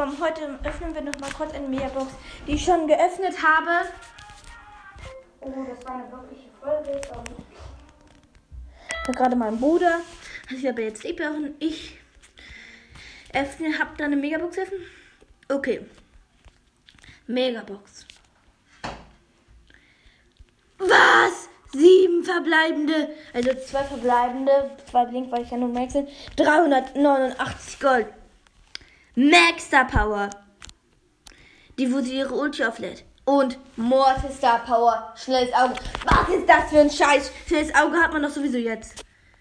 heute öffnen wir noch mal kurz eine Megabox, die ich schon geöffnet habe. Oh, das war eine wirkliche Folge. Gerade mein Bruder hat sich aber jetzt lieb und ich habe da eine Megabox öffnen. Okay. Megabox. Was? 7 verbleibende, also 2 verbleibende, 2 Blink, weil ich ja nur Max sind. 389 Gold. Max Star Power. Die, wo sie ihre Ulti auflädt. Und Mortis Star Power. Schnelles Auge. Was ist das für ein Scheiß? Schnelles Auge hat man doch sowieso jetzt.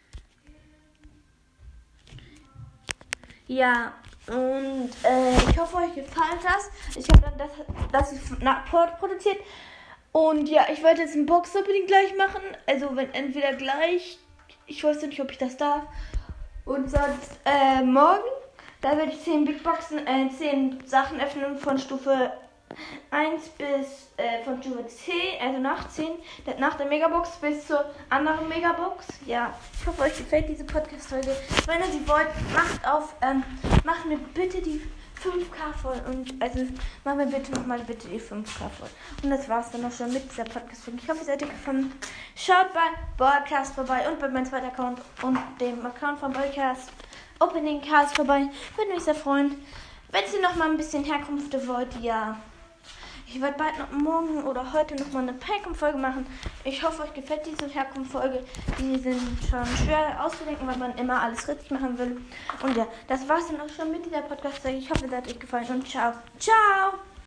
Ja, und ich hoffe, euch gefällt das. Ich habe dann das produziert. Und ja, ich wollte jetzt ein Box-Opening gleich machen. Also wenn entweder gleich, ich weiß nicht, ob ich das darf. Und sonst morgen. Da werde ich 10 Big Boxen, 10 Sachen öffnen von Stufe 1 bis von Stufe 10, also nach 10, nach der Megabox bis zur anderen Megabox. Ja, ich hoffe, euch gefällt diese Podcast-Folge. Wenn ihr sie wollt, macht mir bitte die 5K voll. Und also machen wir bitte die 5K voll. Und das war's dann auch schon mit dieser Podcast-Folge. Ich hoffe, es hat euch gefallen. Schaut bei Broadcast vorbei und bei meinem zweiten Account und dem Account von Broadcast Opening Cast vorbei. Würde mich sehr freuen. Wenn ihr noch mal ein bisschen Herkunft wollt, ja. Ich werde bald noch morgen oder heute noch mal eine Herkunft-Folge machen. Ich hoffe, euch gefällt diese Herkunft-Folge. Die sind schon schwer auszudenken, weil man immer alles richtig machen will. Und ja, das war's dann auch schon mit dieser Podcast-Folge. Ich hoffe, es hat euch gefallen und ciao. Ciao!